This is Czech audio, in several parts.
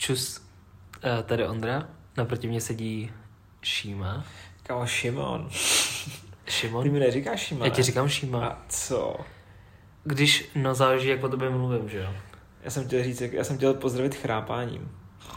Čus, tady Ondra, naproti mě sedí Šíma. Kámo, Šimon. Šimon? Ty mi neříkáš Šimon? Já ti říkám Šíma. A co? Když, no záleží, jak o tobě mluvím, že jo? Já jsem chtěl pozdravit chrápáním.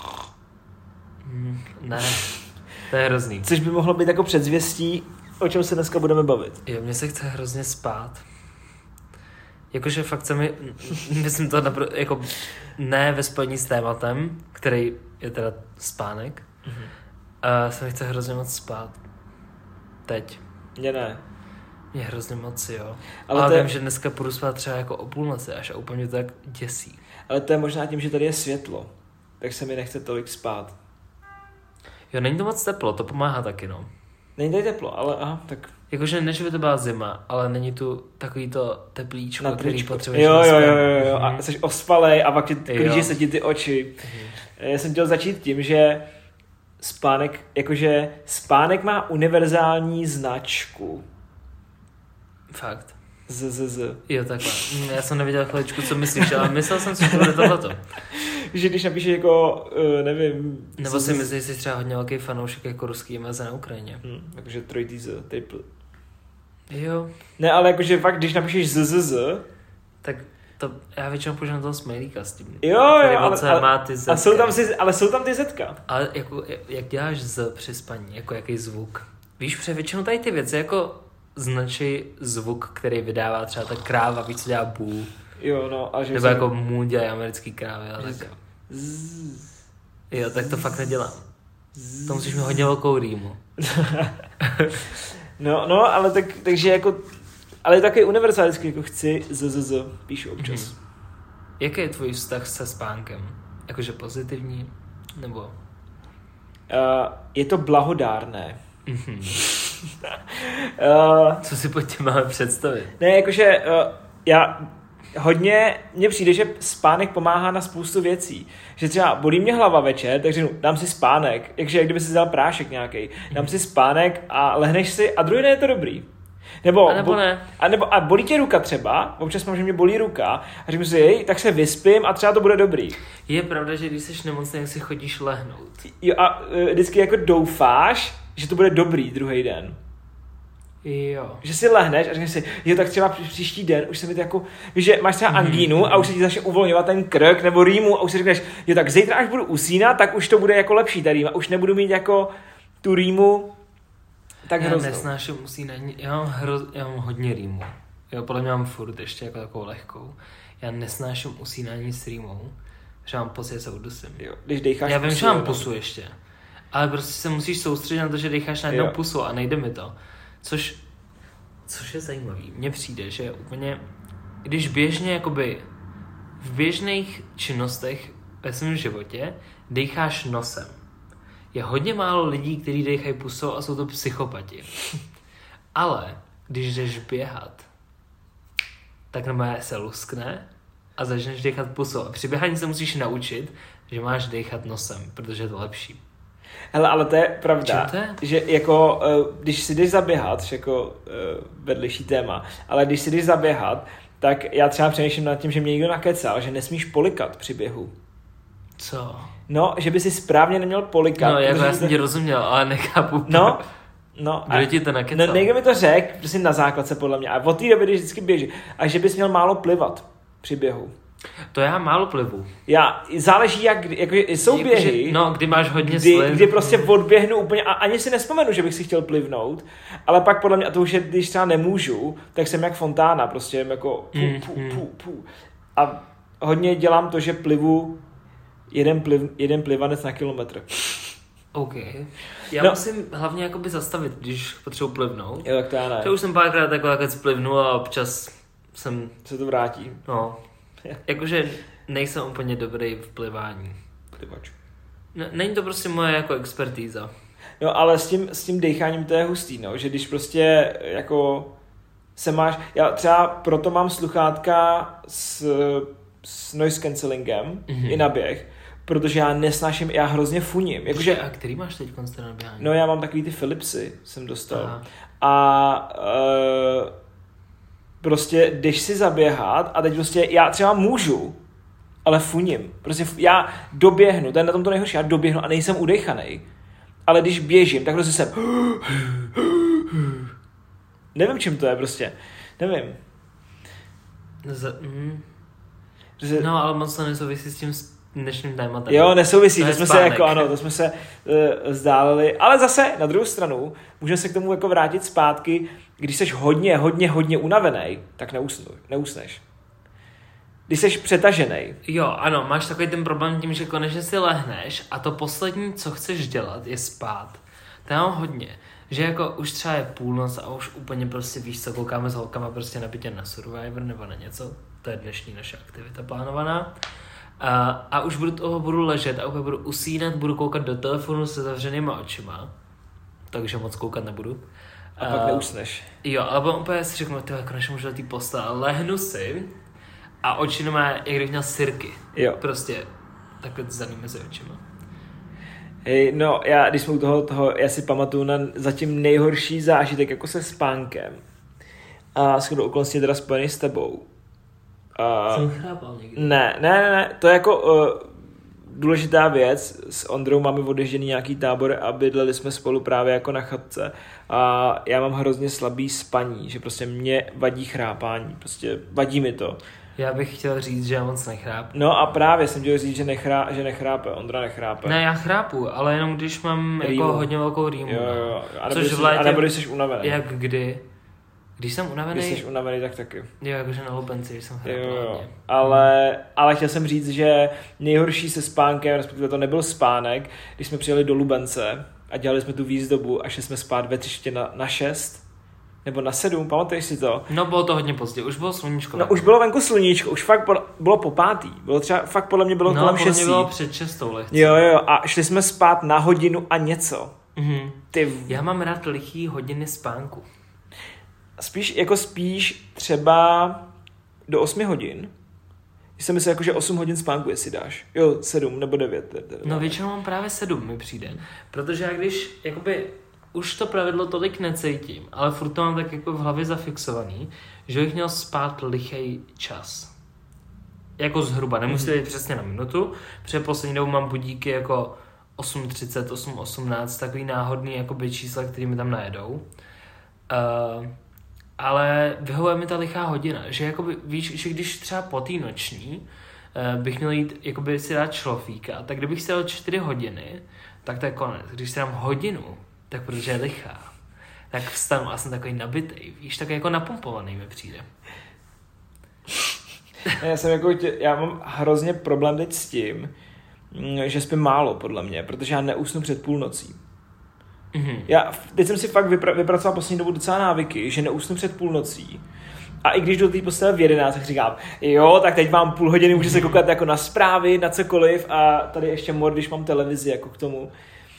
Ne, to je hrozný. Což by mohlo být jako předzvěstí, o čem se dneska budeme bavit. Jo, mně se chce hrozně spát. Jakože fakt se mi, myslím to jako ne ve spojení s tématem, který je teda spánek, se mi chce hrozně moc spát. Teď. Mně ne. Mě hrozně moc, jo. Ale vím, že dneska půjdu spát třeba jako o půlnoci až a úplně to tak děsí. Ale to je možná tím, že tady je světlo. Tak se mi nechce tolik spát. Jo, není to moc teplo, to pomáhá taky, no. Není tady teplo, ale aha, tak... Jakože než by to byla zima, ale není tu takový to teplíčko, Na který tričko. potřebuješ. Jo. A jsi ospalej a pak ti klíží se ti ty oči. Já jsem chtěl začít tím, že spánek má univerzální značku. Fakt. Z. Jo, takhle. Já jsem nevěděl chviličku, co myslíš, ale myslel jsem si, že to bude tohleto. Že když napíšeš jako, nevím... Nebo si myslíš, že jsi třeba hodně velký fanoušek jako ruský invaze na Ukrajině. Jakože trojitý z, triple. Jo. Ne, ale jakože fakt, když napíšeš z. Tak to, já většinou používám toho smajlíka s tím. Jo, ale má ty zetka. jsou tam ty zetka. Ale jako, jak děláš z při spaní, jako jaký zvuk? Víš, protože většinou tady ty věci jako značí zvuk, který vydává třeba ta kráva, víc co dělá bů. Jo, no. A že nebo jako mu dělají americký krávy, ale tak. Jo, tak to fakt nedělám. To musíš mít hodně velkou rýmu. no, ale takže jako, ale je takový univerzální, jako chci z, píšu občas. Jaký je tvůj vztah se spánkem? Jakože pozitivní, nebo? Je to blahodárné. Co si pod tím máme představit? Ne, jakože mně přijde, že spánek pomáhá na spoustu věcí. Že třeba bolí mě hlava večer, takže dám si spánek, jak kdyby si vzal prášek nějaký. Dám si spánek a lehneš si a druhý den je to dobrý. Nebo ne. A bolí tě ruka třeba, občas mám, že mě bolí ruka a řeknu si, tak se vyspím a třeba to bude dobrý. Je pravda, že když jsi nemocný, jak si chodíš lehnout. Jo, a vždycky jako doufáš, že to bude dobrý druhý den. Jo. Že si lehneš a řekneš si, tak třeba příští den už se mi to jako, víš, že máš třeba angínu a už se ti začne uvolňovat ten krk nebo rýmu a už si řekneš, tak zítra až budu usínat, tak už to bude jako lepší ta rýma, už nebudu mít jako tu rýmu tak hroznou. Já nesnáším usínání, já mám hodně rýmu. Jo, podle mě mám furt ještě jako takovou lehkou. Já nesnáším usínání s rýmou, že mám pocit, že se udusím. Jo, když dejcháš já vím, že mám pusu ještě, ale prostě se musíš soustředit na to, že dejcháš na jednou pusu a nejde mi to. Což je zajímavý. Mně přijde, že úplně, když běžně jakoby v běžných činnostech ve svém životě dejcháš nosem. Je hodně málo lidí, kteří dejchají pusou a jsou to psychopati. Ale když jdeš běhat, tak normálně se luskne a začneš dechat pusou. A při běhání se musíš naučit, že máš dechat nosem, protože je to lepší. Hele, ale to je pravda, to je? Že jako, když si jdeš zaběhat, jako vedlejší téma, ale když si jdeš zaběhat, tak já třeba přemýšlím nad tím, že mě někdo nakecal, že nesmíš polikat při běhu. Co? No, že by si správně neměl polikat. No, jako já jsem ti rozuměl, ale nechápu. No. Kdo ti to nakecal? No, někdo mi to řekl, prostě na základce podle mě. A od té doby, když vždycky běží. A že bys měl málo plivat při běhu. To já málo plivu. Záleží, jako jsou běhy, kdy máš hodně slin. Kdy prostě odběhnu úplně a ani si nespomenu, že bych si chtěl plivnout, ale pak podle mě, a to už je, když třeba nemůžu, tak jsem jak fontána, prostě jako pů. A hodně dělám to, že plivu jeden plivanec na kilometr. OK. Já musím hlavně jakoby zastavit, když potřebuji plivnout. Jo, tak to já ne. Že už jsem párkrát takhle splivnul a občas se to vrátí. No. Jakože nejsem úplně dobrý v plivání. Plivač. Není to prostě moje jako expertíza. No, ale s tím decháním to je hustý, no, že když prostě jako se máš, já třeba proto mám sluchátka s noise cancellingem i na běh, protože já nesnáším, já hrozně funím. Jakože, a který máš teď na běhání? No, já mám takový ty Philipsy, jsem dostal. Aha. A prostě jdeš si zaběhat a teď prostě já třeba můžu, ale funím. Prostě já doběhnu, to je na tom to nejhorší, já doběhnu a nejsem udechanej. Ale když běžím, tak prostě jsem... Nevím, čím to je prostě. Nevím. No, ale moc to nesouvisí s tím dnešním tématem. Jo, nesouvisí, to jsme se jako, ano, to jsme se vzdálili. Ale zase, na druhou stranu, můžeme se k tomu jako vrátit zpátky, když jsi hodně unavený, tak neusneš. Když jsi přetažený. Jo, ano, máš takový ten problém tím, že konečně si lehneš a to poslední, co chceš dělat, je spát. To já mám hodně. Že jako už třeba je půlnoc a už úplně prostě víš co, koukáme s holkama prostě na bytě na Survivor nebo na něco. To je dnešní naše aktivita plánovaná. A už budu ležet a úplně budu usínat, budu koukat do telefonu se zavřenýma očima. Takže moc koukat nebudu. A pak neusneš. Jo, ale potom úplně si řeknu, tyhle, konečně můžu do té postele. Lehnu si a oči má, jak kdybych měl sirky. Jo. Prostě takhle zaný mezi očima. Hej, no, když jsme u toho, já si pamatuju na zatím nejhorší zážitek jako se spánkem. A shodou okolností teda spojený s tebou. Jsem chrápal někdy. Ne, to je jako důležitá věc. S Ondrou máme odježděný nějaký tábor a bydleli jsme spolu právě jako na chatce. A já mám hrozně slabý spaní, že prostě mě vadí chrápání, prostě vadí mi to. Já bych chtěl říct, že já moc nechrápu. No a právě jsem chtěl říct, že nechrápe, Ondra nechrápe. Ne, já chrápu, ale jenom když mám rýmu. Jako hodně velkou rýmu. Jo. A nebo když jsi unavený. Jak kdy? Když jsem unavený? Když jsi unavený, tak taky. Jo, jakože na lupenci, když jsem chrápal. Jo. Ale chtěl jsem říct, že nejhorší se spánkem, respektive to nebyl spánek, když jsme přijeli do Lubence a dělali jsme tu výzdobu a šli jsme spát ve 3 na 6 nebo na 7, pamatuješ si to? No bylo to hodně pozdě, už bylo sluníčko. No už bylo venku sluníčko, už fakt bylo po 5. Bylo třeba, fakt podle mě bylo kolem 6. No podle mě bylo před 6 lehce. Jo, a šli jsme spát na hodinu a něco. Mhm. Já mám rád lichý hodiny spánku. Spíš třeba do 8 hodin. Jsem myslel, jako, že 8 hodin spánku, jestli dáš. Jo, 7 nebo 9. No většinou mám právě 7, mi přijde. Protože já když, jakoby, už to pravidlo tolik necítím, ale furt to mám tak jako v hlavě zafixovaný, že bych měl spát lichej čas. Jako zhruba, nemusí být přesně na minutu, protože poslední dobu mám budíky jako 8:30, 8:18, takový náhodný jakoby čísla, který mi tam najedou. Ale vyhovuje mi ta lichá hodina, že jakoby, víš, že když třeba po té noční bych měl jít jakoby si dát šlofíka, tak kdybych si dal 4 hodiny, tak to je konec. Když si dám hodinu, tak protože je lichá, tak vstanu a jsem takový nabitej, víš, tak jako napumpovaný mi přijde. Já mám hrozně problém teď s tím, že spím málo, podle mě, protože já neusnu před půlnocí. Mm-hmm. Teď jsem si fakt vypracoval poslední dobu docela návyky, že neusnu před půlnocí. A i když do té postele v 11, tak říkám, jo, tak teď mám půl hodiny, můžu se koukat jako na zprávy, na cokoliv a tady ještě když mám televizi jako k tomu.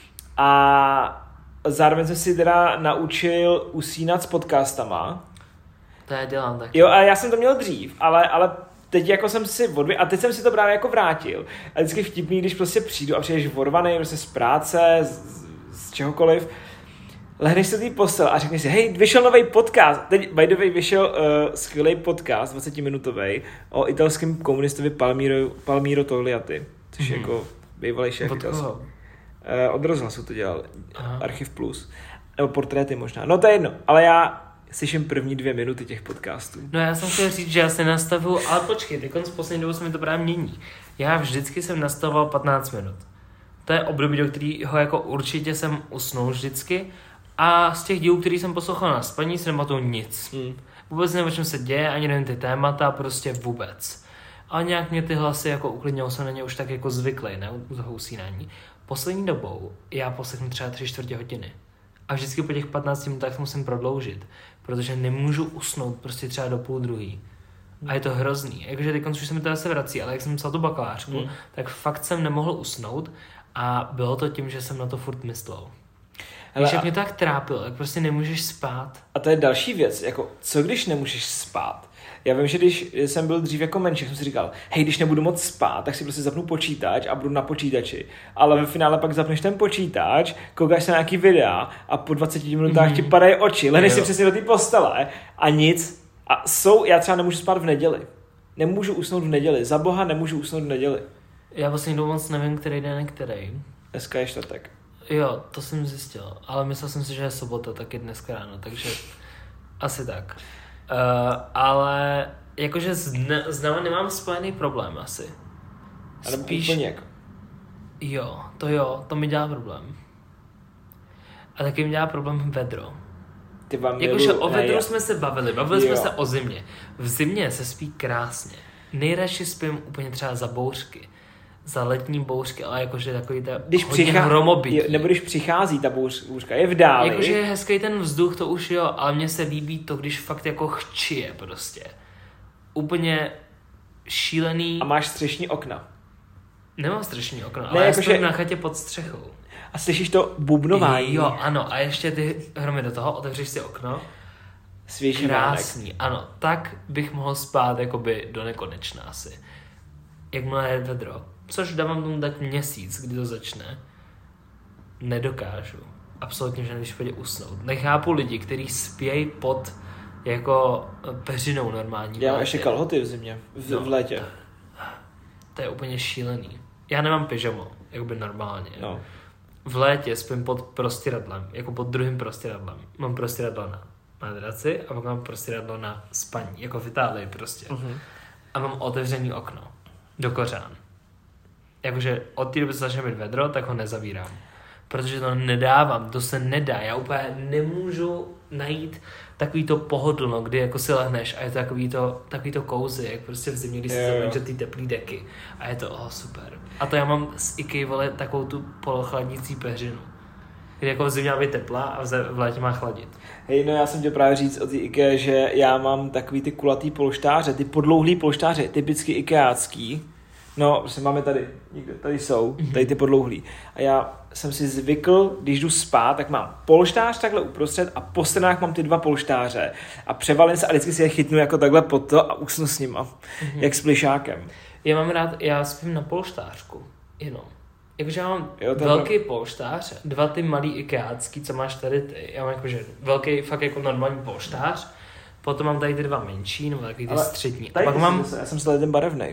A zároveň jsem si teda naučil usínat s podcastama. To já dělám taky. Jo, a já jsem to měl dřív, ale teď jako jsem si a teď jsem si to právě jako vrátil. A vždycky vtipný, když prostě přijdu a přijdeš vorvaný prostě z práce, z čehokoliv, lehneš se té postele a řekneš si, hej, vyšel nový podcast. Teď, by the way, vyšel skvělý podcast, 20-minutový, o italském komunistovi Palmiro Togliatti, což je jako bývalý šéf italského. Od Rozhlasu to dělal. Aha. Archiv Plus. Nebo Portréty možná. No to je jedno, ale já slyším první 2 minuty těch podcastů. No já jsem chtěl říct, že já se nastavuju, ale počkej, teď z poslední dobu se mi to právě mění. Já vždycky jsem nastavoval 15 minut. To je období, do kterého jako určitě jsem usnul vždycky a z těch dílů, který jsem poslouchal na spaní, se nematuju nic. Vůbec nevím, o čem se děje, ani nevím ty témata, prostě vůbec. A nějak mě ty hlasy jako uklidňou, jsem na ně už tak jako zvyklý, ne, u toho usínání. Poslední dobou já poslechnu třeba 3/4 hodiny. A vždycky po těch 15 minutách musím prodloužit, protože nemůžu usnout prostě třeba do 1:30. A je to hrozný. Jakože teď už se mi to zase vrací, ale jak jsem psal tu bakalářku, tak fakt jsem nemohl usnout a bylo to tím, že jsem na to furt myslel. Víš, jak mě to tak trápilo, jak prostě nemůžeš spát. A to je další věc, jako co když nemůžeš spát? Já vím, že když jsem byl dřív jako menší, jsem si říkal, hej, když nebudu moc spát, tak si prostě zapnu počítač a budu na počítači. Ale ve finále pak zapneš ten počítač, koukáš se na nějaký videa a po 20 minutách ti padají oči, lehneš si přesně do té postele a nic. Já třeba nemůžu spát v neděli. nemůžu usnout v neděli. Za boha nemůžu usnout v neděli. Já vlastně moc nevím, který den je který. Dneska je čtvrtek. Jo, to jsem zjistil, ale myslel jsem si, že je sobota, taky dneska ráno, takže asi tak. Ale jakože s náma nemám spojený problém asi. Ale spíš... úplně jako. Jo, to mi dělá problém. A taky mi dělá problém vedro. Jakože o vedru jsme se bavili jsme se o zimě. V zimě se spí krásně. Nejradši spím úplně třeba za bouřky. Za letní bouřky, ale jakože takový ta hodně hromobytí. Nebo když přichází ta bouřka, je v dáli. Jakože je hezký ten vzduch, to už jo, ale mně se líbí to, když fakt jako chčije prostě. Úplně šílený. A máš střešní okna? Nemám střešní okno, ale já spím na chatě pod střechou. A slyšíš to bubnování? Jo, ano, a ještě ty hromy do toho, otevřeš si okno. Svěží krásný, vánek. Ano, tak bych mohl spát jakoby do nekonečna asi. Jakmile je vedro. Což dávám tomu tak měsíc, kdy to začne. Nedokážu. Absolutně v žádném případě usnout. Nechápu lidi, kteří spějí pod jako peřinou normální. Já mám ještě kalhoty v zimě, v létě. To je úplně šílený. Já nemám pyžamo, jakoby normálně. No. V létě spím pod prostěradlem, jako pod druhým prostěradlem. Mám prostěradlo na madraci a pak mám prostěradlo na spaní, jako v Itálii prostě. Uh-huh. A mám otevřený okno do kořán. Jakože od té doby, co začne být vedro, tak ho nezavírám. Protože to nedávám, to se nedá. Já úplně nemůžu najít takový to pohodlno, kdy jako si lehneš a je to takový to cozy, jak prostě v zimě, když si zavíš ty teplý deky. A je to super. A to já mám z IKEA, vole, takovou tu polochladnící peřinu. Kdy jako v zimě má být teplá a v létě má chladit. Hej, no já jsem tě právě říct o ty IKEA, že já mám takový ty kulatý polštáře, ty podlouhlý polštáře, typicky ikeácký. No, prostě máme tady, tady jsou, tady ty podlouhlý. A já jsem si zvykl, když jdu spát, tak mám polštář takhle uprostřed a po stranách mám ty dva polštáře. A převalím se a vždycky si je chytnu jako takhle pod to a usnu s nima, jak s plišákem. Já spím na polštářku, jenom. Jakože já mám velký polštář, dva ty malý ikeácký, co máš tady ty. Já mám jakože velký, fakt jako normální polštář. Potom mám tady ty dva menší, nebo takový ty střední. Tady já jsem si ten barevnej.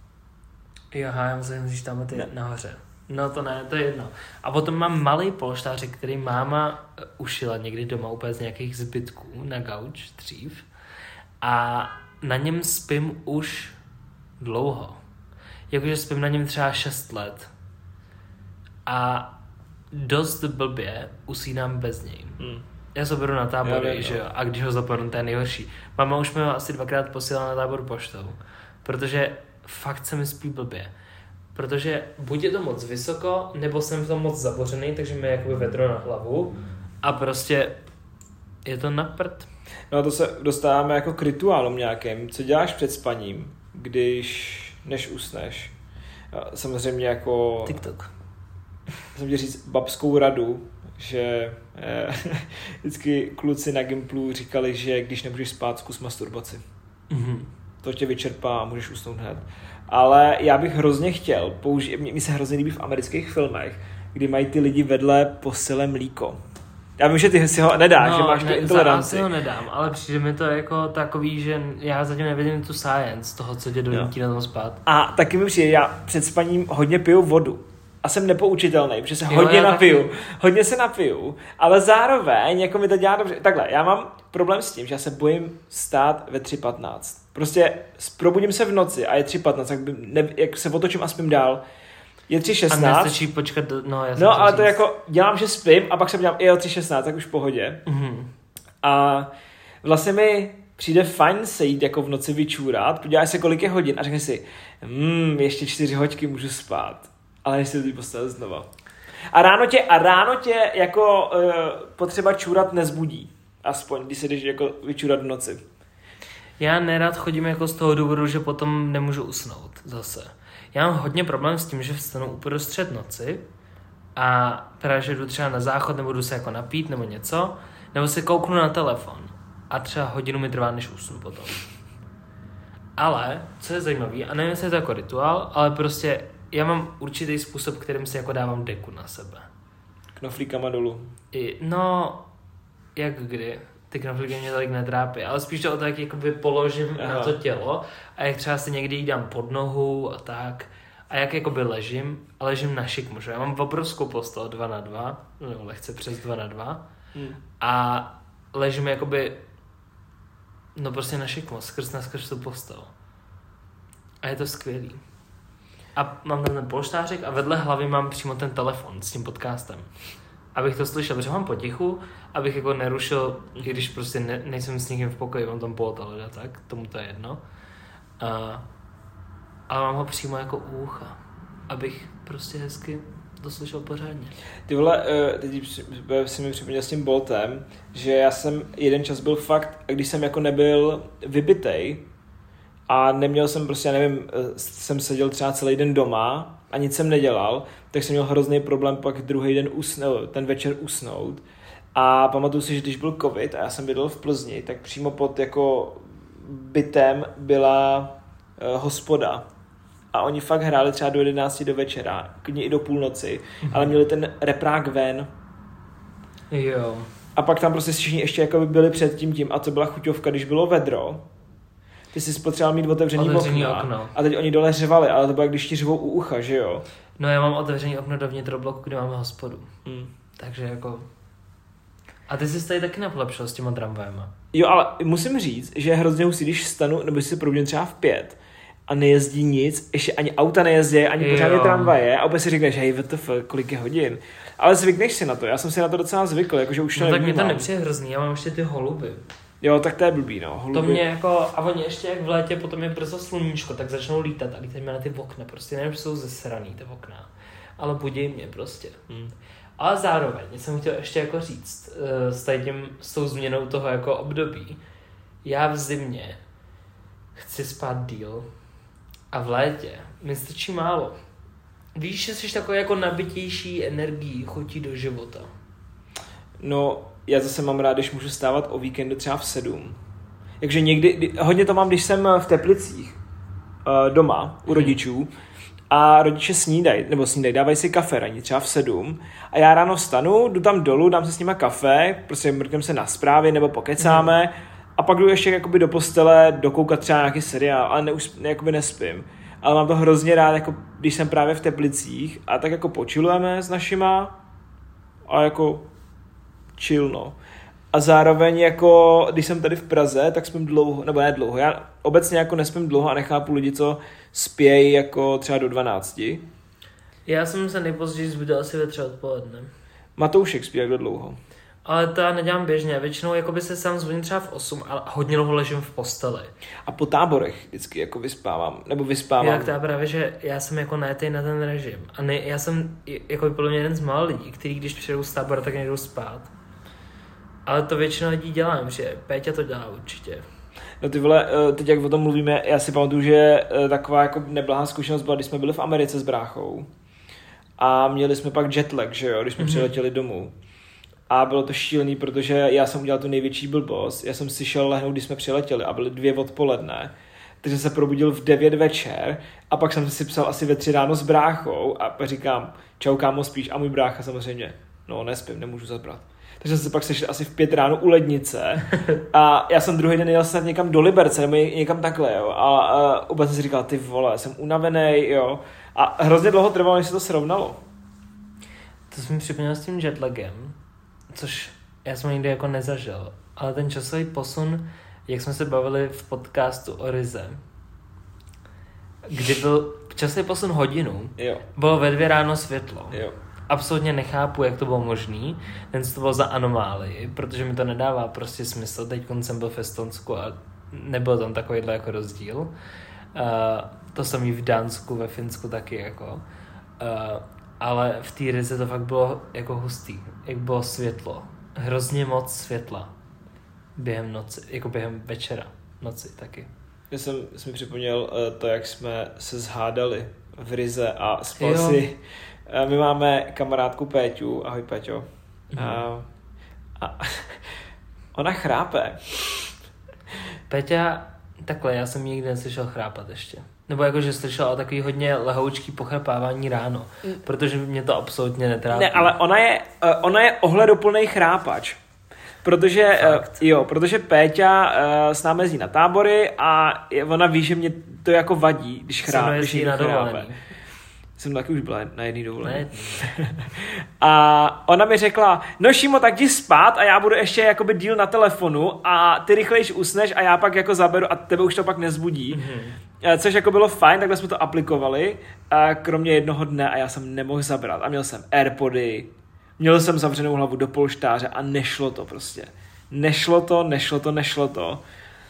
Aha, já myslím, že tam ty nahoře. No to ne, to je jedno. A potom mám malý polštářek, který máma ušila někdy doma úplně z nějakých zbytků na gauč dřív. A na něm spím už dlouho. Jakože spím na něm třeba 6 let. A dost blbě usínám bez něj. Já se beru na tábory, že jo? A když ho zapomenu, to je nejhorší. Máma už mi ho asi 2krát posílala na tábor poštou. Protože fakt se mi spí blbě. Protože buď je to moc vysoko, nebo jsem v tom moc zabořený, takže mi je jakoby vedro na hlavu a prostě je to na prd. No a to se dostáváme jako k rituálům nějakým. Co děláš před spaním, než usneš? Samozřejmě jako... TikTok. Jsem ti říct babskou radu, že vždycky kluci na Gimplu říkali, že když nemůžeš spát, zkus masturbaci. Mhm. To tě vyčerpá a můžeš usnout hned. Ale já bych hrozně chtěl mi se hrozně líbí v amerických filmech, kdy mají ty lidi vedle postele mlíko. Já vím, že ty si ho nedáš, že máš tu intoleranci. Já si ho nedám, ale přijde mi to jako takový, že já zatím nevidím tu science toho, co tě donutí na tom spát. A taky mi přijde, já před spaním hodně piju vodu. A jsem nepoučitelný, protože se hodně napiju. Taky. Hodně se napiju, ale zároveň jako mi to dělá dobře. Takhle, já mám problém s tím, že já se bojím stát ve 3:15. Prostě probudím se v noci a je 3:15, jak se otočím a spím dál. Je 3:16. A nestačí počkat, no ale to jako, dělám, že spím a pak se dělám, 3:16, tak už v pohodě. Mm-hmm. A vlastně mi přijde fajn se jít jako v noci vyčůrat, podíváš se, kolik je hodin a řekneš si, ještě 4 hoďky můžu spát. Ale než si to postavit znova. A ráno tě jako potřeba čůrat nezbudí. Aspoň, když se jdeš jako vyčůrat v noci. Já nerad chodím jako z toho důvodu, že potom nemůžu usnout zase. Já mám hodně problém s tím, že vstanu uprostřed noci a právě, že jdu třeba na záchod, nebo jdu se jako napít, nebo něco, nebo se kouknu na telefon. A třeba hodinu mi trvá, než usnu potom. Ale, co je zajímavý, a nevím, jestli je to jako rituál, ale prostě já mám určitý způsob, kterým si jako dávám deku na sebe. Knoflíkama dolů. No, jak kdy. ty knoflíky mě tolik netrápí, ale spíš to o to, jak jakoby položím na to tělo a jak třeba si někdy jí dám pod nohu a tak. A jak jakoby ležím na šikmu, že? Já mám obrovskou postel 2x2, nebo lehce přes 2x2 a ležím jakoby, no prostě na šikmu, skrz tu postel. A je to skvělý. A mám tam ten polštářek a vedle hlavy mám přímo ten telefon s tím podcastem. Abych to slyšel, protože mám potichu, abych jako nerušil, i když prostě nejsem s někým v pokoji, mám tam polota, tak tomu to je jedno. Ale mám ho přímo jako u ucha, abych prostě hezky to slyšel pořádně. Ty vole, teď si mi připomněl s tím Boltem, že já jsem jeden čas byl fakt, když jsem jako nebyl vybitej a neměl jsem prostě, já nevím, jsem seděl třeba celý den doma a nic jsem nedělal, tak jsem měl hrozný problém pak druhý den ten večer usnout. A pamatuju si, že když byl covid a já jsem bydlel v Plzni, tak přímo pod jako bytem byla hospoda. A oni fakt hráli třeba do 11 do večera, klidně i do půlnoci, ale měli ten reprák ven. Jo. A pak tam prostě všichni ještě jako by byli před tím a to byla chuťovka, když bylo vedro. Ty jsi potřeboval mít otevřený okno. A teď oni dole řvali, ale to bylo, když ti řvou u ucha, že jo? No já mám otevřený okno do vnitrobloku, kde máme hospodu. Takže jako... A ty jsi tady taky nepolepšil s těma tramvajema. Jo, ale musím říct, že je hrozně hustý, když stanu, nebo si probudím třeba v 5 a nejezdí nic, ještě ani auta nejezdí, ani pořádně tramvaje a opět si řekneš, hej, WTF, kolik je hodin. Ale zvykneš si na to, já jsem si na to docela zvykl, jakože už to no tak mě to nepřijde hrozný, já mám ještě ty holuby. Jo, tak to je blbý, no. Holuby. To mě jako, a oni ještě jak v létě, potom je brzo sluníčko, tak začnou lítat a lítají na ty okna, prostě nevím, že jsou zesraný ty okna, ale budí mě prostě. Ale zároveň jsem chtěl ještě jako říct, s tou změnou toho jako období, já v zimě chci spát díl a v létě mi stačí málo. Víš, že jsi takový jako nabitější energií, chutí do života. No, já zase mám rád, když můžu stávat o víkendu třeba v 7. Takže někdy, hodně to mám, když jsem v Teplicích doma u rodičů a rodiče snídají, dávají si kafe ranní třeba v 7 a já ráno vstanu, jdu tam dolů, dám si s nima kafe, prostě mrknem se na zprávy nebo pokecáme a pak jdu ještě jakoby do postele dokoukat třeba nějaký seriál, ale jakoby nespím. Ale mám to hrozně rád, jako když jsem právě v Teplicích a tak jako počilujeme s našima a jako chill, no. A zároveň jako, když jsem tady v Praze, tak spím dlouho, nebo ne dlouho, já obecně jako nespím dlouho a nechápu lidi, co spějí jako třeba do 12. Já jsem se nejpozději zbudil asi ve 3 odpoledne. Matoušek spí jak dlouho. Ale to já nedělám běžně, většinou jakoby se sám zbuním třeba v 8 a hodně dlouho ležím v posteli. A po táborech vždycky jako vyspávám. Jak to je právě, že já jsem jako najetej na ten režim. A já jsem jako podle mě jeden z mála lidí, kteří když přijdou z tábora, tak nejdou spát. Ale to většina lidí dělám, že Péťa to dělá určitě. No ty vole, teď jak o tom mluvíme, já si pamatuju, že taková jako neblahá zkušenost byla, když jsme byli v Americe s bráchou a měli jsme pak jetlag, že jo, když jsme přiletěli domů. A bylo to šílený, protože já jsem udělal tu největší blbost. Já jsem si šel lehnout, když jsme přiletěli a byly 2 odpoledne. Takže se probudil v 9 večer a pak jsem si psal asi ve 3 ráno s bráchou a říkám, čau kámo, spíš? A můj brácha samozřejmě, no nespím, nemůžu zabrat. Takže jsem se pak sešel asi v 5 ráno u lednice a já jsem druhý den jel snad někam do Liberce nebo někam takhle, jo. A vůbec jsem si říkal, ty vole, jsem unavený, jo. A hrozně dlouho trvalo, než se to srovnalo. To jsem mi připomněl s tím jetlagem, což já jsem nikdy jako nezažil, ale ten časový posun, jak jsme se bavili v podcastu o Rize, kdy byl časový posun hodinu, bylo ve 2 ráno světlo. Jo. Absolutně nechápu, jak to bylo možný, ten to bylo za anomálii, protože mi to nedává prostě smysl, teď jsem byl v Estonsku a nebyl tam takovýhle jako rozdíl. To samý v Dánsku, ve Finsku taky jako. Ale v té Rize to fakt bylo jako hustý, jak bylo světlo. Hrozně moc světla. Během noci, jako během večera, noci taky. Já jsem mi připomněl to, jak jsme se zhádali v Rize a spal si. My máme kamarádku Péťu, ahoj Péťo. A ona chrápe. Péťa, takhle, já jsem nikdy neslyšel chrápat ještě. Nebo jakože slyšel takový hodně lehoučký pochrapávání ráno, protože mě to absolutně netrápí. Ne, ale ona je ohleduplnej chrápač. protože Péťa s námi jezdí na tábory a ona ví, že mě to jako vadí, když chrápe. Jsem taky už byla na jedný dovolené. A ona mi řekla, no Šimo, tak jdi spát a já budu ještě jakoby díl na telefonu a ty rychlejš usneš a já pak jako zaberu a tebe už to pak nezbudí. Mm-hmm. Což jako bylo fajn, takhle jsme to aplikovali, kromě jednoho dne a já jsem nemohl zabrat. A měl jsem AirPody, měl jsem zavřenou hlavu do polštáře a nešlo to prostě. Nešlo to.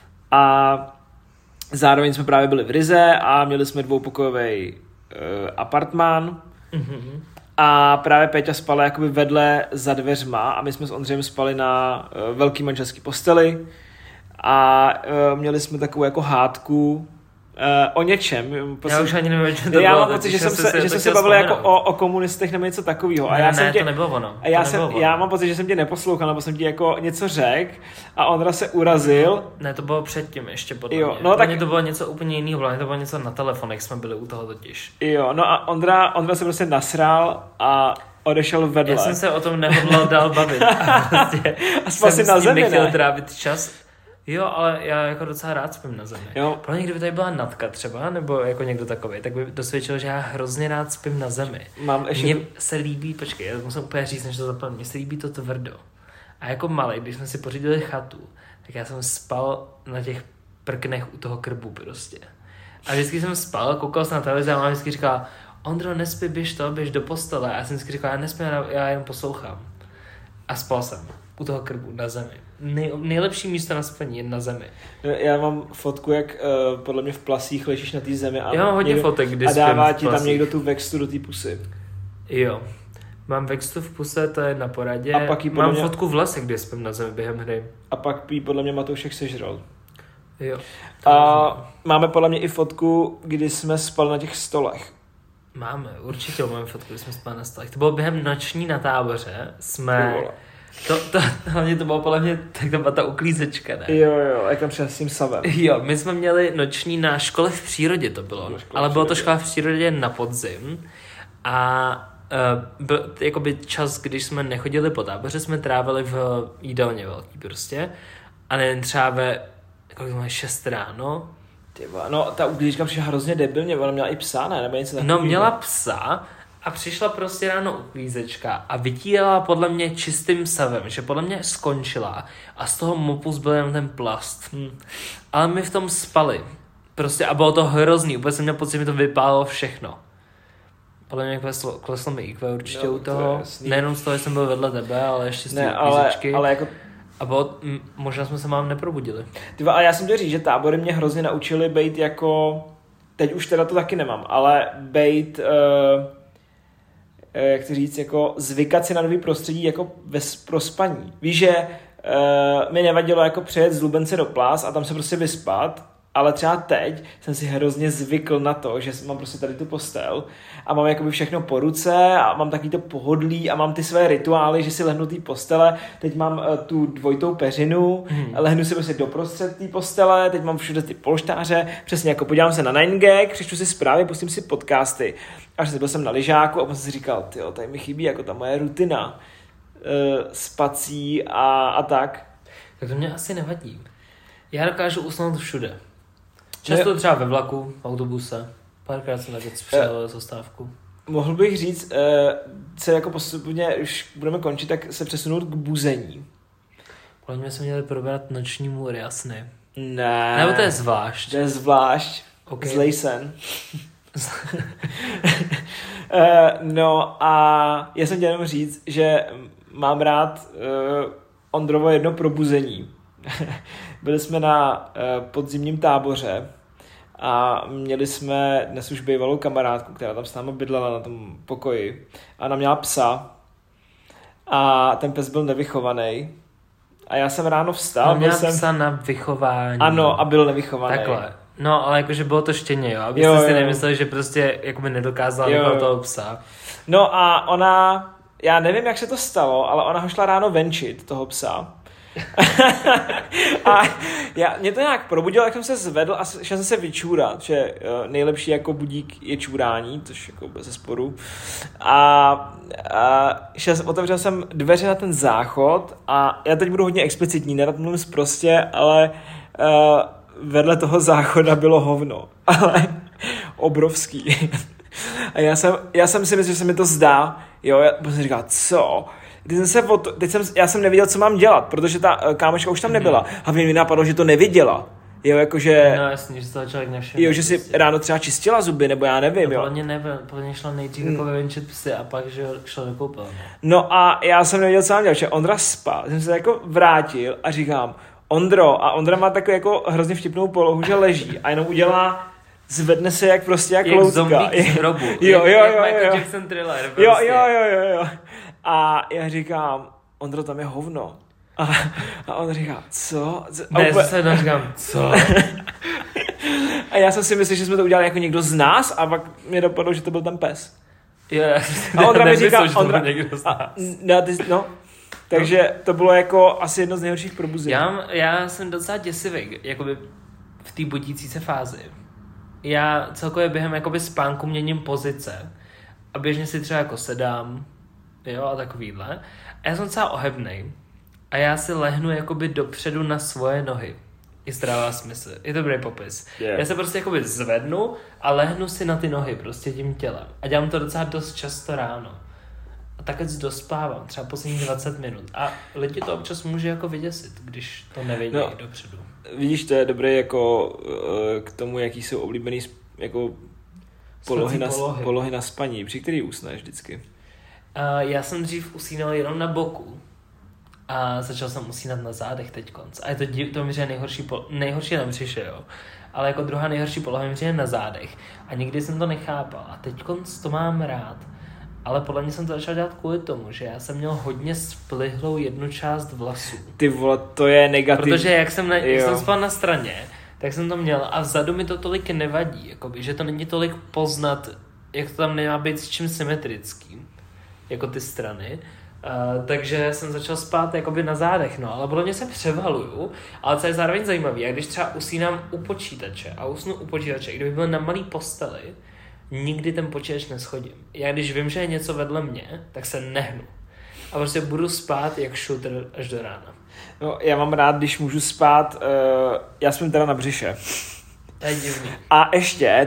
A zároveň jsme právě byli v Rize a měli jsme dvoupokojový apartmán. Mm-hmm. A právě Péťa spala jakoby vedle za dveřma a my jsme s Ondřejem spali na velký manželský posteli a měli jsme takovou jako hádku o něčem. Já už ani nevím, že to já mám pocit, že jsme se bavili jako o komunistech nebo něco takového. To nebylo ono. Já mám pocit, že jsem tě neposlouchal, nebo jsem ti jako něco řekl a Ondra se urazil. Ne, to bylo předtím ještě podle mě. No, tak to bylo něco úplně jiného, to bylo něco na telefonech, jsme byli u toho totiž. Jo, no a Ondra se prostě nasral a odešel vedle. Já jsem se o tom nehodlal dál bavit. A spal si na zemi, nechtěl trávit čas. Jo, ale já jako docela rád spím na zemi. Pro mě, kdyby tady byla Natka třeba, nebo jako někdo takovej, tak by dosvědčil, že já hrozně rád spím na zemi. Mně se líbí, počkej, já musím úplně říct, než to zapomenu, mně se líbí to tvrdo. A jako malej, když jsme si pořídili chatu, tak já jsem spal na těch prknech u toho krbu prostě. A vždycky jsem spal, koukal jsem na televizi a máma vždycky říkala, Ondro, nespí, běž do postele. A já jsem vždycky říkal, já nespím, já jen poslouchám. A spal jsem u toho krbu na zemi. Nejlepší místo na spaní je na zemi. Já mám fotku, jak podle mě v plasích ležíš na té zemi a, já mám hodně fotek, kdy a dává ti tam někdo tu vextu do té pusy. Jo. Mám vextu v puse, to je na poradě. A pak mám fotku v lese, kde spím na zemi během hry. A pak jí podle mě Matoušek sežral. Jo. A máme podle mě i fotku, kdy jsme spali na těch stolech. Určitě máme fotku, kdy jsme spali na stolech. To bylo během noční na táboře. Hlavně to bylo podle mě, tak to byla ta uklízečka, ne? Jo, jak tam přišel s tím savem. Jo, my jsme měli noční na škole v přírodě to bylo, ale bylo to škola v přírodě na podzim a byl jakoby čas, když jsme nechodili po táboře, jsme trávili v jídelně velký prostě a nejen třeba ve 6 ráno. No, ta uklízečka přišla hrozně debilně, ona měla i psa, ne? Nebo něco takového. No, měla psa a přišla prostě ráno uklízečka a vytírala podle mě čistým savem, že podle mě skončila a z toho mopu zbyl jen ten plast. Ale my v tom spali. Prostě a bylo to hrozný, úplně jsem měl pocit, že mi to vypálilo všechno. Podle mě kleslo mi IQ určitě u toho. Nejenom z toho, že jsem byl vedle tebe, ale ještě z té uklízečky. Ale jako... A možná jsme se mám neprobudili. Ale já jsem chtěl říct, že tábory mě hrozně naučili být jako... Teď už teda to taky nemám, ale být... jak to říct, jako zvykat si na nový prostředí jako pro spaní. Víš, že mi nevadilo jako přejet z Lubence do Plás a tam se prostě vyspat, ale třeba teď jsem si hrozně zvykl na to, že mám prostě tady tu postel a mám jakoby všechno po ruce a mám takový to pohodlí a mám ty své rituály, že si lehnu té postele, teď mám tu dvojitou peřinu, lehnu si prostě doprostřed té postele, teď mám všude ty polštáře, přesně jako podívám se na 9gag, přečtu si zprávy, pustím si podcasty. Až byl jsem na lyžáku a potom jsem si říkal, tyjo, tady mi chybí jako ta moje rutina spací a tak. Tak to mě asi nevadí. Já dokážu usnout všude. Často třeba ve vlaku, v autobuse. Párkrát jsem taky přijel zastávku. Mohl bych říct, se jako postupně, už budeme končit, tak se přesunout k buzení. Podle mě jsme měli probrat noční můry, jasný. Ne. Nebo to je zvlášť. To je zvlášť. Okay. Zlej sen. No a já jsem chtěl jenom říct, že mám rád Ondrovo jedno probuzení. Byli jsme na podzimním táboře a měli jsme dnes už bývalou kamarádku, která tam s námi bydlela na tom pokoji a ona měla psa a ten pes byl nevychovaný a já jsem ráno vstal. Měla psa na vychování. Ano, a byl nevychovaný. Takhle. No, ale jakože bylo to štěně, jo? Abyste si nemysleli, že prostě jakoby nedokázala vychovat toho psa. No a ona, já nevím, jak se to stalo, ale ona ho šla ráno venčit, toho psa. A mě to nějak probudilo, jak jsem se zvedl a šel jsem se vyčůrat, že nejlepší jako budík je čůrání, což jako bez sporu. A otevřel jsem dveře na ten záchod a já teď budu hodně explicitní, nerad mluvím sprostě, ale vedle toho záchoda bylo hovno, ale obrovský. A já jsem si myslel, že se mi to zdá, jo, já jsem říkal, co? Já jsem nevěděl, co mám dělat, protože ta kámoška už tam nebyla. A mě napadlo, že to neviděla. Jo, jakože... No jasně, že se toho člověk nevšiml. Jo, že si ráno třeba čistila zuby, nebo já nevím, jo. Podle mě šla nejdřív jako vyvenčit psy a pak, že šla do koupelny. No a já jsem nevěděl, co mám dělat, že Ondra spal, jsem se jako vrátil a říkám, Ondra má takovou jako hrozně vtipnou polohu, že leží a jenom udělá, zvedne se jak loutka. Zombík z hrobu. Jo. Michael Jackson Thriller. Prostě. Jo. A já říkám, Ondro, tam je hovno. A on říká, co? Ne, já říkám, co? A já jsem si myslel, že jsme to udělali jako někdo z nás a pak mě dopadlo, že to byl ten pes. Jo, a Ondra mi říká, že to byl někdo z nás. Takže to bylo jako asi jedno z nejhorších probuzení. Já jsem docela děsivý, jakoby v té budící se fázi. Já celkově během jakoby spánku měním pozice a běžně si třeba jako sedám, jo, a takovýhle. A já jsem docela ohebnej a já si lehnu jakoby dopředu na svoje nohy. I zdravá smysl. Je to dobrý popis. Yeah. Já se prostě jakoby zvednu a lehnu si na ty nohy prostě tím tělem. A dělám to docela dost často ráno. A takhle dospávám, třeba posledních 20 minut. A lidi to občas může jako vyděsit, když to nevidí dopředu. Vidíš, to je dobré jako k tomu, jaký jsou oblíbený jako polohy na spaní. Při který usneš vždycky? Já jsem dřív usínal jenom na boku. A začal jsem usínat na zádech teďkonc. A to mi říká nejhorší na břiše, jo. Ale jako druhá nejhorší poloha mi říká na zádech. A nikdy jsem to nechápal. A teďkonc to mám rád. Ale podle mě jsem to začal dělat kvůli tomu, že já jsem měl hodně splihlou jednu část vlasů. Ty vole, to je negativní. Protože jak jsem spal na straně, tak jsem to měl a vzadu mi to tolik nevadí. Jakoby, že to není tolik poznat, jak to tam nemá být s čím symetrickým. Jako ty strany. Takže jsem začal spát jakoby na zádech, no, ale podle mě se převaluju, ale co je zároveň zajímavý, jak když třeba usínám u počítače a usnu u počítače, kdybych byl na malý posteli, nikdy ten počítač neschodím. Já když vím, že je něco vedle mě, tak se nehnu. A prostě budu spát jak šutr až do rána. No, já mám rád, když můžu spát, já spím teda na břiše. To je divný. A ještě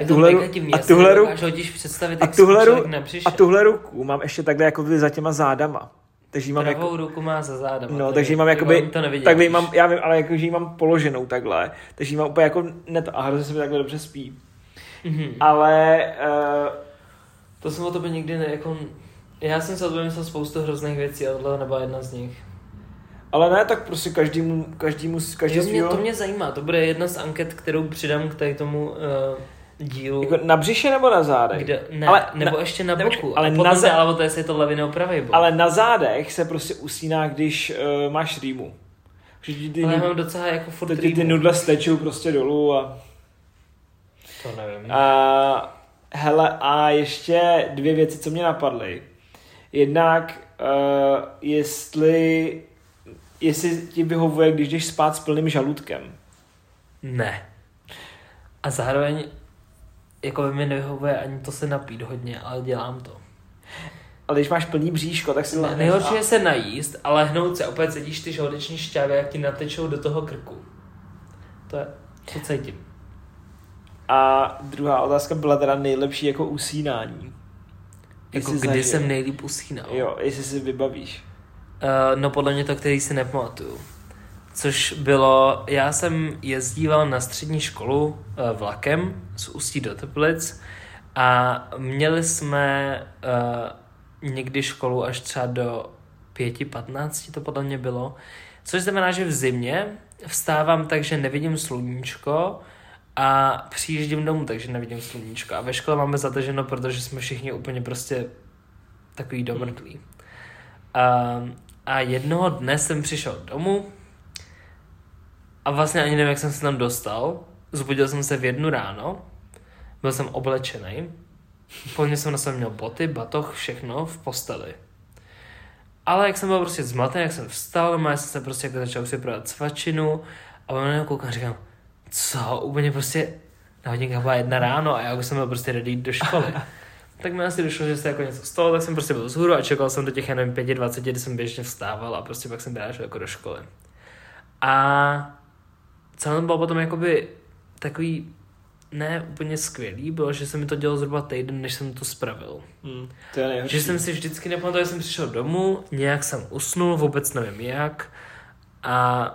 tuhle ruku mám ještě takhle jako za těma zádama. Takže mám pravou ruku má za zádama. No, takže ji mám jakoby, to nevidím, tak mám, já vím, ale jakože ji mám položenou takhle. Takže ji mám úplně jako a hrozně se mi takhle dobře spí. Mm-hmm. Ale to jsem o tobě nikdy jako... Já jsem se o tobě myslel spoustu hrozných věcí, ale tohle nebyla jedna z nich. Ale ne, tak prostě každý svýho... To mě zajímá, to bude jedna z anket, kterou přidám k tady tomu dílu. Jako na břiše nebo na zádech? Nebo ještě na boku. Ale potom jde o to, jestli je to levý nebo pravý bok. Ale na zádech se prostě usíná, když máš rýmu. Ale já mám docela jako furt rýmu. Ty nudle stečou prostě dolů a... To nevím. Hele, a ještě 2 věci, co mě napadly. Jednak, jestli ti vyhovuje, když jdeš spát s plným žaludkem. Ne. A zároveň jako by mi nevyhovuje ani to se napít hodně, ale dělám to. Ale když máš plný bříško, tak si lehneš. Nejhorší je se najíst a lehnout se. Opět cítíš ty žaludeční šťávy, jak ti natečou do toho krku. To je, co cítím. A druhá otázka byla teda nejlepší jako usínání. Jako kdy jsem nejlíp usínal? Jo, jestli si vybavíš. No podle mě to, který si nepamatuju. Což bylo, já jsem jezdíval na střední školu vlakem z Ústí do Teplic a měli jsme někdy školu až třeba do 5:15, to podle mě bylo. Což znamená, že v zimě vstávám tak, že nevidím sluníčko a přijíždím domů, takže nevidím sluníčko. A ve škole máme zataženo, protože jsme všichni úplně prostě takový domrklí. A jednoho dne jsem přišel domů a vlastně ani nevím, jak jsem se tam dostal. Zbudil jsem se v 1 ráno, byl jsem oblečený, po mně jsem na sobě měl boty, batoh, všechno v posteli. Ale jak jsem byl prostě zmatený, jak jsem vstal, já jsem se prostě jako začal si prodat cvačinu a on na koukám a říkám, co, úplně prostě na hodinka byla 1 ráno a já už jsem byl prostě ready jít do školy. Tak mi asi došlo, že se jako něco stalo, tak jsem prostě byl vzhůru a čekal jsem do těch, 5:20, kdy jsem běžně vstával a prostě pak jsem běžel jako do školy. A celé bylo potom jakoby takový ne úplně skvělý, bylo, že se mi to dělo zhruba týden, než jsem to spravil. To je nejhorší. Že jsem si vždycky nepamatoval, že jsem přišel domů, nějak jsem usnul, vůbec nevím jak a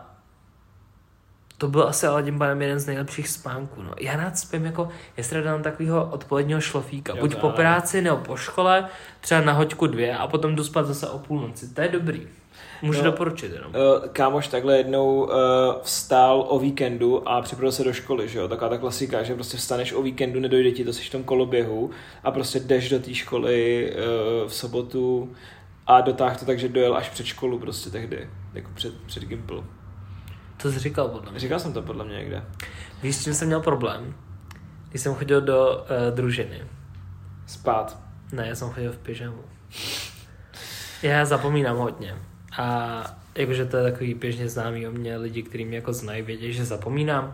to byl asi ale tím pádem jeden z nejlepších spánků. No. Já rád spím jako, jestli dám takového odpoledního šlofíka, buď po práci nebo po škole, třeba na 1-2 a potom jdu spát zase o půlnoci. To je dobrý. Můžu doporučit jenom. Kámoš takhle jednou vstál o víkendu a připravil se do školy, že jo? Taková ta klasika, že prostě vstaneš o víkendu, nedojde ti, to jsi v tom koloběhu a prostě jdeš do té školy v sobotu a dotáhl to tak, že dojel až před školu prostě tehdy, jako před Gimpl. To jsi říkal podle mě. Říkal jsem to podle mě někde. Víš, s čím jsem měl problém? Když jsem chodil do družiny. Spát. Ne, já jsem chodil v pyžamu. Já zapomínám hodně. A jakože to je takový běžně známý o mě, lidi, kteří mě jako znají, vědí, že zapomínám.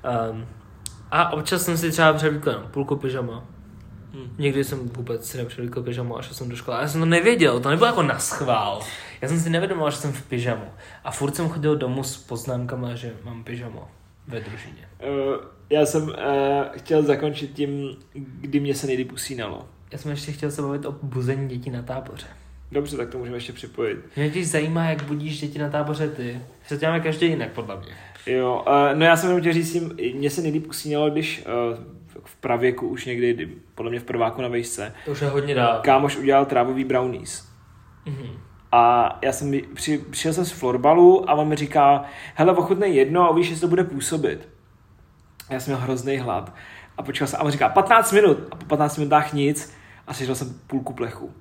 A občas jsem si třeba převlíkl jenom půlku pyžama. Někdy jsem vůbec si nepřevlíkl pyžamu a šel jsem do školy. A já jsem to nevěděl, to nebylo jako naschvál. Já jsem si nevědomoval, že jsem v pyžamu. A furt jsem chodil domů s poznámkama, že mám pyžamu ve družině. Já jsem chtěl zakončit tím, kdy mě se nejlíp usínalo. Já jsem ještě chtěl se bavit o buzení dětí na táboře. Dobře, tak to můžeme ještě připojit. Mě těž zajímá, jak budíš děti na táboře ty. Se děláme každý jinak, podle mě. Jo, no já jsem jenom chtěl říct, mně se nejlíp usínalo, když v pravěku už někdy, podle mě v prváku na vejšce. To už je hodně dávno. Kámoš udělal trávový brownies. A já jsem přišel jsem z florbalu a on mi říká, hele, ochutnej jedno a uvidíš, jestli to bude působit. Já jsem měl hrozný hlad. A počkal jsem a on říká 15 minut. A po 15 minutách nic a sežral jsem půlku plechu.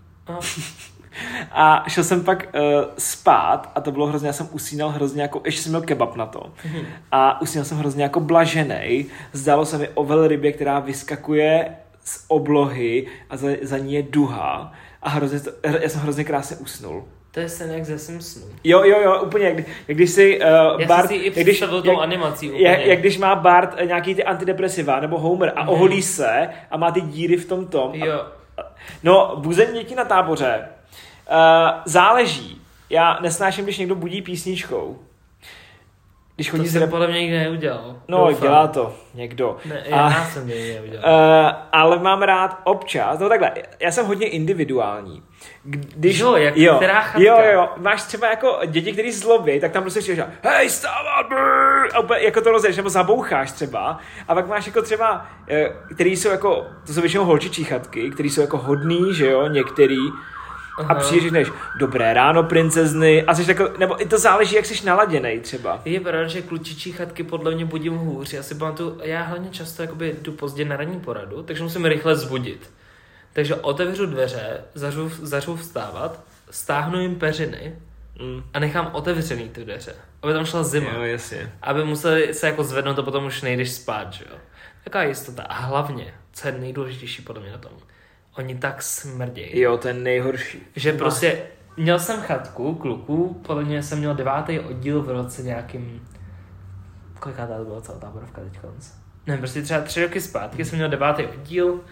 A šel jsem pak spát a to bylo hrozně, já jsem usínal hrozně jako, ještě jsem měl kebab na to. A usínal jsem hrozně jako blaženej. Zdálo se mi o velrybě, která vyskakuje z oblohy a za ní je duha. A já jsem hrozně krásně usnul. To je sen jak ze Simpsonů. Jo, úplně, jak když si Bart... Jak když má Bart nějaký ty antidepresiva, nebo Homer a oholí se a má ty díry v tom tom. Jo. No, buzení dětí na táboře. Záleží. Já nesnáším, když někdo budí písničkou. Když chodí to jsem podle mě nikdy neudělal. No, doufám. Dělá to někdo. Ne, já jsem někdy neudělal. Ale mám rád občas, no takhle, já jsem hodně individuální. Když, která chatka. Jo, máš třeba jako děti, který zlobí, tak tam prostě říkáš, hej, stávat, a jako to rozjedeš, nebo zaboucháš třeba. A pak máš jako třeba, který jsou jako, to jsou většinou holčičí chatky, který jsou jako hodný, že jo, některý. A přijdeš, řekneš, dobré ráno, princezny, a jsi tako, nebo i to záleží, jak jsi naladěnej třeba. Je pravda, že klučičí chatky podle mě budím hůř. Já hlavně často jakoby jdu pozdě na ranní poradu, takže musím rychle zbudit. Takže otevřu dveře, zařu vstávat, stáhnu jim peřiny a nechám otevřený ty dveře, aby tam šla zima. Jo, jasně. Aby museli se jako zvednout a potom už nejdeš spát, že jo. Taková jistota. A hlavně, co je nejdůležitější podle mě na tom, oni tak smrdějí. Jo, to je nejhorší. Že prostě měl jsem chatku kluků, podle mě jsem měl 9. oddíl v roce nějakým... Kolikátá to byla celá táborovka teď konc? Ne, prostě třeba 3 roky zpátky jsem měl 9. oddíl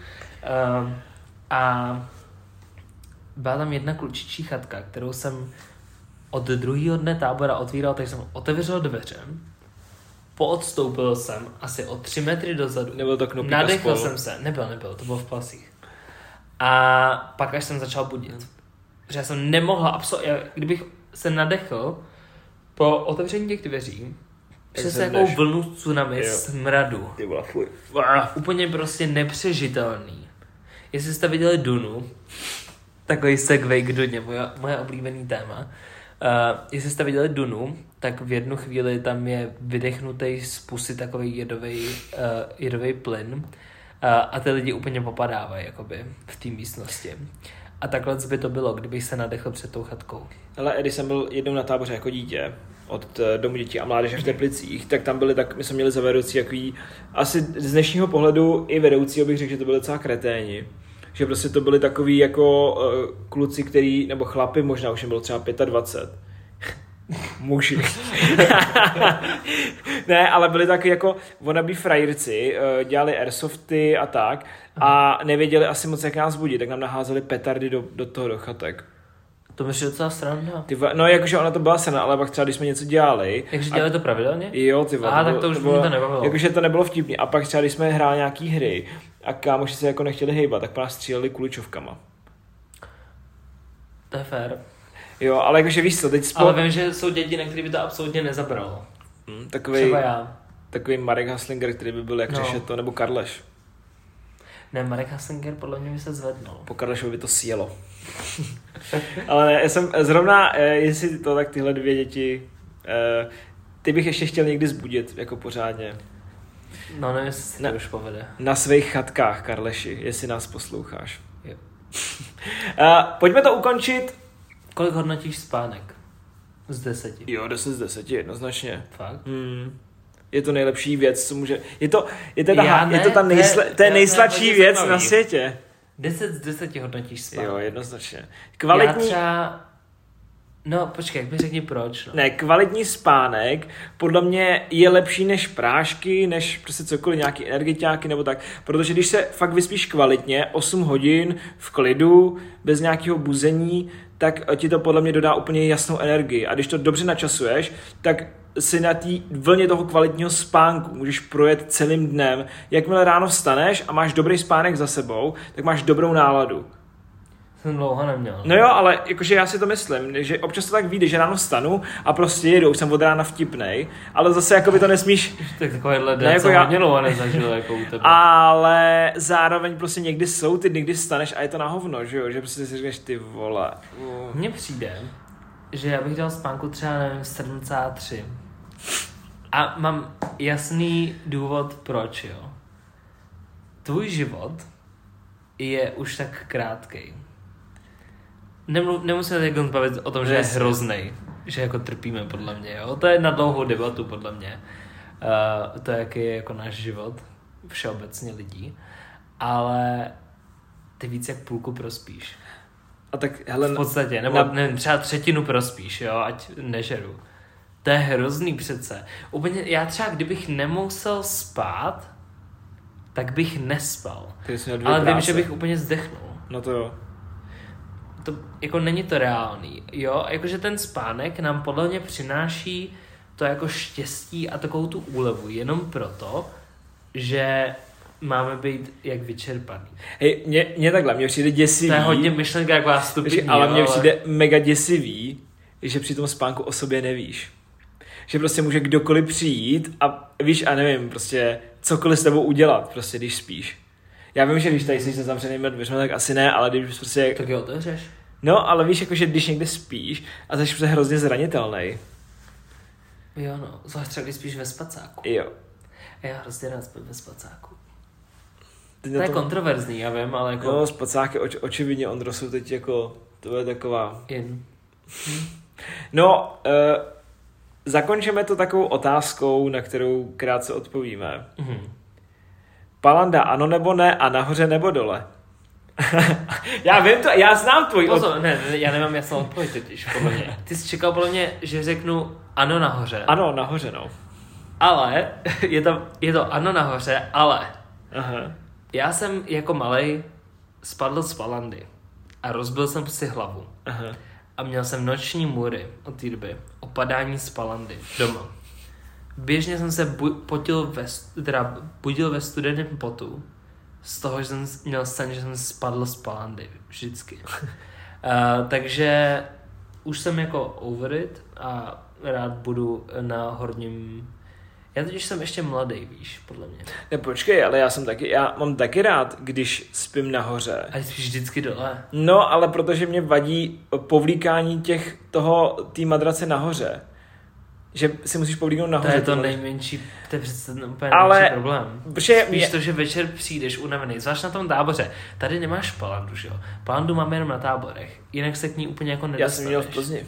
a byla tam jedna klučičí chatka, kterou jsem od druhého dne tábora otvíral, takže jsem otevřel dveře, poodstoupil jsem asi o 3 metry dozadu. Nebyl to knopík nadechl jsem se, nebyl, to bylo v Plasích. A pak až jsem začal budit. Protože já jsem nemohl kdybych se nadechl po otevření těch dveří, přes nějakou vlnu tsunami smradu. Ty vole, fuj. Úplně prostě nepřežitelný. Jestli jste viděli Dunu, takový segway k Duně, moje oblíbený téma. Jestli jste viděli Dunu, tak v jednu chvíli tam je vydechnutý z pusy takový jedový plyn. A ty lidi úplně popadávají jakoby v té místnosti. A takhle by to bylo, kdybych se nadechl před tou chatkou. Ale když jsem byl jednou na táboře jako dítě od Domu dětí a mládeže v Teplicích, tak tam byli my jsme měli za vedoucí takový, asi z dnešního pohledu i vedoucího bych řekl, že to byli docela kreténi. Že prostě to byli takový jako kluci, který, nebo chlapi, možná už jim bylo třeba 25. Muži. Ne, ale byli taky jako wannabe frajerci, dělali airsofty a tak a nevěděli asi moc, jak nás budit, tak nám naházeli petardy do chatek. To mi šlo docela sranda. No jakože ona to byla sranda, ale pak třeba když jsme něco dělali. Takže dělali to pravidelně? Jo, tak to už mě to nebavilo. Jakože to nebylo vtipný. A pak třeba když jsme hráli nějaký hry a kámoši se jako nechtěli hejbat, tak po nás stříleli kuličovkama. To je fér. Jo, ale jakože víš co, teď Ale vím, že jsou děti, na který by to absolutně nezabralo. Třeba já. Takový Marek Haslinger, který by byl jak Řešeto, nebo Karleš. Ne, Marek Haslinger podle mě by se zvednul. Po Karlešovi by to sjelo. Ale ne, já jsem zrovna, jestli to tak tyhle dvě děti, ty bych ještě chtěl někdy zbudit, jako pořádně. No nevím, jestli to už povede. Na svých chatkách, Karleši, jestli nás posloucháš. Jo. Pojďme to ukončit. Kolik hodnotíš spánek? Z 10. Jo, 10 z 10, jednoznačně. Fakt? Je to nejlepší věc, co může... Je to nejsladší věc na světě. 10 z 10 hodnotíš spánek. Jo, jednoznačně. Kvalitní... Já třeba... No, počkej, jak mi řekni proč. No. Ne, kvalitní spánek podle mě je lepší než prášky, než prostě cokoliv, nějaký energetiáky nebo tak, protože když se fakt vyspíš kvalitně, 8 hodin v klidu, bez nějakého buzení, tak ti to podle mě dodá úplně jasnou energii. A když to dobře načasuješ, tak si na té vlně toho kvalitního spánku můžeš projet celým dnem. Jakmile ráno vstaneš a máš dobrý spánek za sebou, tak máš dobrou náladu. Jsem dlouho neměl. No jo, ale jakože já si to myslím, že občas to tak vyjde, že ráno vstanu a prostě jedu, už jsem od rána vtipnej, ale zase jakoby to nesmíš... Tak takovýhle den jsem hodně dlouho nezažil jako u tebe. Ale zároveň prostě někdy jsou ty dny, kdy vstaneš a je to na hovno, že jo, že prostě si říkáš ty vole. Mně přijde, že já bych dal spánku třeba, nevím, 73. A mám jasný důvod proč, jo. Tvůj život je už tak krátkej. Nemusíme teď bavit o tom, že je hroznej, že jako trpíme podle mě, jo. To je na dlouhou debatu podle mě. To jaký je jako náš život, všeobecně lidí. Ale ty víc jak půlku prospíš. A tak hele, v podstatě, nebo nevím, třeba třetinu prospíš, jo, ať nežeru. To je hrozný přece. Úplně, já třeba kdybych nemusel spát, tak bych nespal. Ale vím, že bych úplně zdechnul. No to jo. To, jako není to reálný, jo, jakože ten spánek nám podle mě přináší to jako štěstí a takovou tu úlevu, jenom proto, že máme být jak vyčerpaný. Hej, mě přijde děsivý. To je hodně myšlenka jak vás stupidní, ale mně přijde mega děsivý, že při tom spánku o sobě nevíš. Že prostě může kdokoliv přijít a víš, a nevím, prostě cokoliv s tebou udělat, prostě když spíš. Já vím, že když tady jsi se zavřenýma dveřma, tak asi ne, ale když prostě... Tak jo, otevřeš. No, ale víš, jakože když někde spíš a jsi prostě hrozně zranitelný. Jo, no, zvlášť třeba když spíš ve spacáku. Jo. Já hrozně rád spím ve spacáku. To je kontroverzní, já vím, ale jako... No, spacáky očividně, Ondro, jsou teď jako... To je taková... No, zakončíme to takovou otázkou, na kterou krátce odpovíme. Palanda ano nebo ne a nahoře nebo dole? Já vím to, já znám tvůj Pozor, ne, já nemám jasnou odpověď totiž, podle mě. Ty jsi čekal podle mě, že řeknu ano nahoře. Ano nahoře, no. Ale, je to ano nahoře, ale. Aha. Já jsem jako malej spadl z palandy a rozbil jsem si hlavu. Aha. A měl jsem noční můry od té doby o padání z palandy doma. Běžně jsem se budil ve studeném potu z toho, že jsem měl sen, že jsem spadl z palandy. Vždycky. Takže už jsem jako over it a rád budu na horním... Já totiž jsem ještě mladý, víš, podle mě. Ne, počkej, ale já mám taky rád, když spím nahoře. A ty spíš vždycky dole? No, ale protože mě vadí povlíkání té madrace nahoře. Že si musíš povlíknout nahoře. To je to nejmenší, to je přece úplně nejmenší problém. Spíš to, že večer přijdeš unavený, zvlášť na tom táboře. Tady nemáš palandu, že jo? Palandu máme jenom na táborech, jinak se k ní úplně jako nedostaneš. Já jsem měl v Plzni.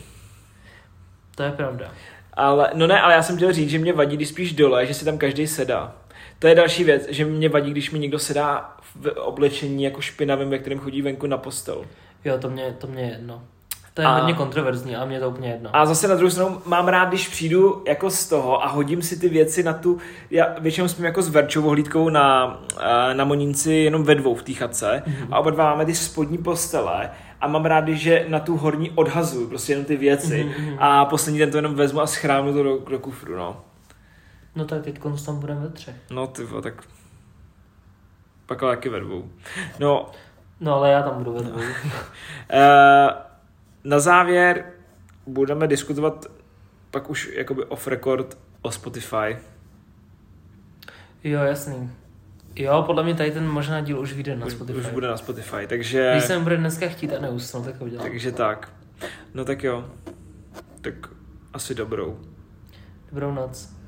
To je pravda. Ale já jsem chtěl říct, že mě vadí, když spíš dole, že si tam každý sedá. To je další věc, že mě vadí, když mi někdo sedá v oblečení jako špinavým, ve kterém chodí venku na postel. Jo, to mě je jedno. To je hodně kontroverzní, ale mě je to úplně jedno. A zase na druhou stranu mám rád, když přijdu jako z toho a hodím si ty věci na tu, já většinou spím jako s Verčou Vohlídkovou na Monínci jenom ve dvou v té chatce a oba dva máme ty spodní postele a mám rád, že na tu horní odhazuju prostě jenom ty věci a poslední den to jenom vezmu a schránu to do kufru, no. No tak teď tam budeme ve 3. No tyvo, tak pak ale taky ve 2. No ale já tam budu ve 2. Na závěr budeme diskutovat pak už jakoby off record o Spotify. Jo, jasný. Jo, podle mě tady ten možná díl už vyjde na Spotify. Už bude na Spotify, takže... Když jsem bude dneska chtít a neusnu, tak ho udělám. Takže tak. No tak jo. Tak asi dobrou. Dobrou noc.